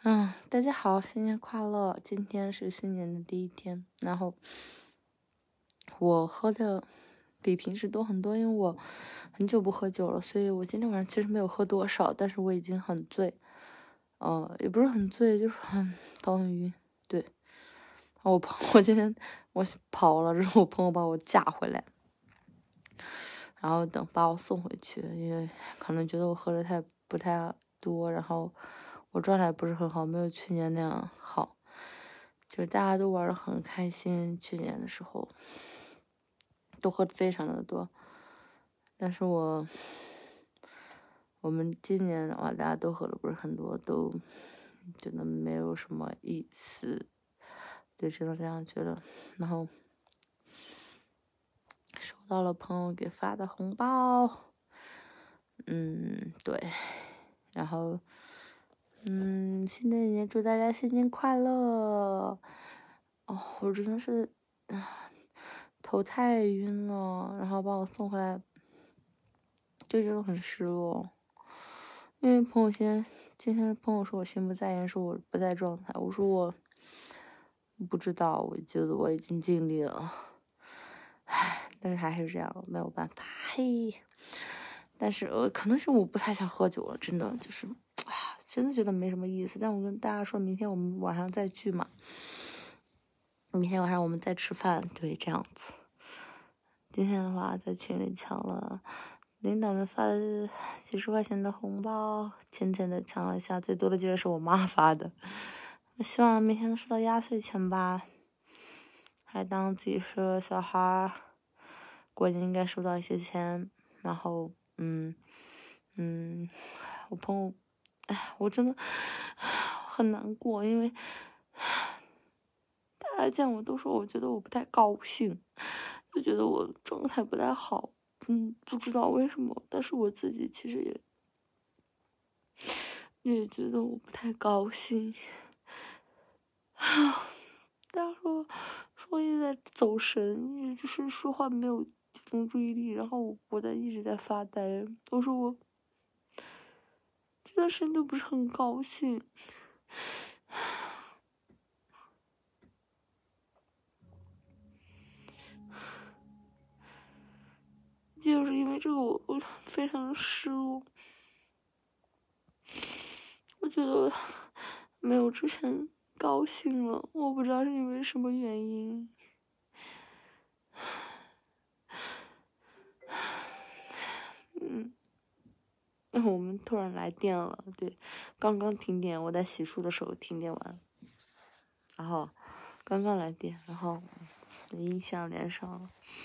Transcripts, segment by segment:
大家好，新年快乐！今天是新年的第一天，然后我喝的比平时多很多，因为我很久不喝酒了，所以我今天晚上其实没有喝多少，但是我已经很醉，也不是很醉，就是头很晕。对，我今天我跑了，然后我朋友把我架回来，然后把我送回去，因为可能觉得我喝的不太多，然后我状态不是很好，没有去年那样好。就是大家都玩得很开心，去年的时候都喝的非常的多，但是我们今年的话，大家都喝的不是很多，都觉得没有什么意思，对，只能这样觉得。然后收到了朋友给发的红包，对，然后新的一年祝大家新年快乐！我真的是头太晕了，然后把我送回来，就觉得很失落。因为今天朋友说我心不在焉，说我不在状态，我说我不知道，我觉得我已经尽力了，但是还是这样，没有办法，嘿。但是可能是我不太想喝酒了，真的就是，真的觉得没什么意思。但我跟大家说，明天我们晚上再聚嘛，明天晚上我们再吃饭，对，这样子。今天的话，在群里抢了领导们发的几十块钱的红包，浅浅的抢了一下，最多的竟然是我妈发的。我希望明天能收到压岁钱吧，还当自己是个小孩儿，过年应该收到一些钱。然后，我朋友，我真的很难过，因为大家见我都说，我觉得我不太高兴，就觉得我状态不太好，不知道为什么，但是我自己其实也觉得我不太高兴。大家说一直在走神，一直就是说话没有集中注意力，然后我一直在发呆。我说我这段时间都不是很高兴。就是因为这个我非常的失落，我觉得没有之前高兴了，我不知道是因为什么原因。我们突然来电了，对，刚刚停电，我在洗漱的时候停电完，然后刚刚来电，然后音响连上了。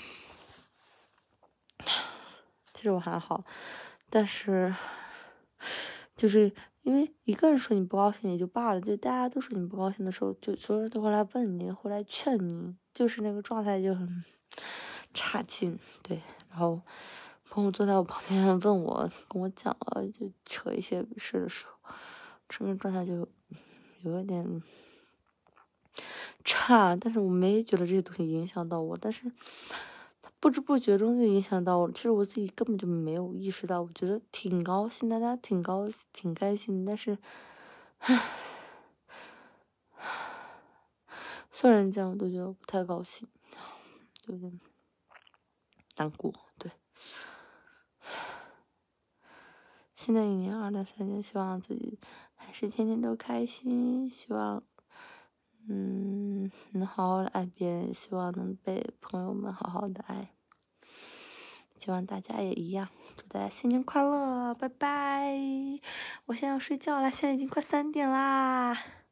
其实我还好，但是就是因为一个人说你不高兴也就罢了，就大家都说你不高兴的时候，就所有人都会来问你，会来劝你，就是那个状态就很差劲，对。然后朋友坐在我旁边问我，跟我讲了，就扯一些事的时候，整个状态就有一点差，但是我没觉得这些东西影响到我，但是不知不觉中就影响到我。其实我自己根本就没有意识到，我觉得挺高兴，大家挺开心，但是，所有人这样都觉得我不太高兴，就有点难过。对，新的一年2023年，希望自己还是天天都开心，希望能好好的爱别人，希望能被朋友们好好的爱。希望大家也一样，祝大家新年快乐，拜拜！我现在要睡觉了，现在已经快3点啦。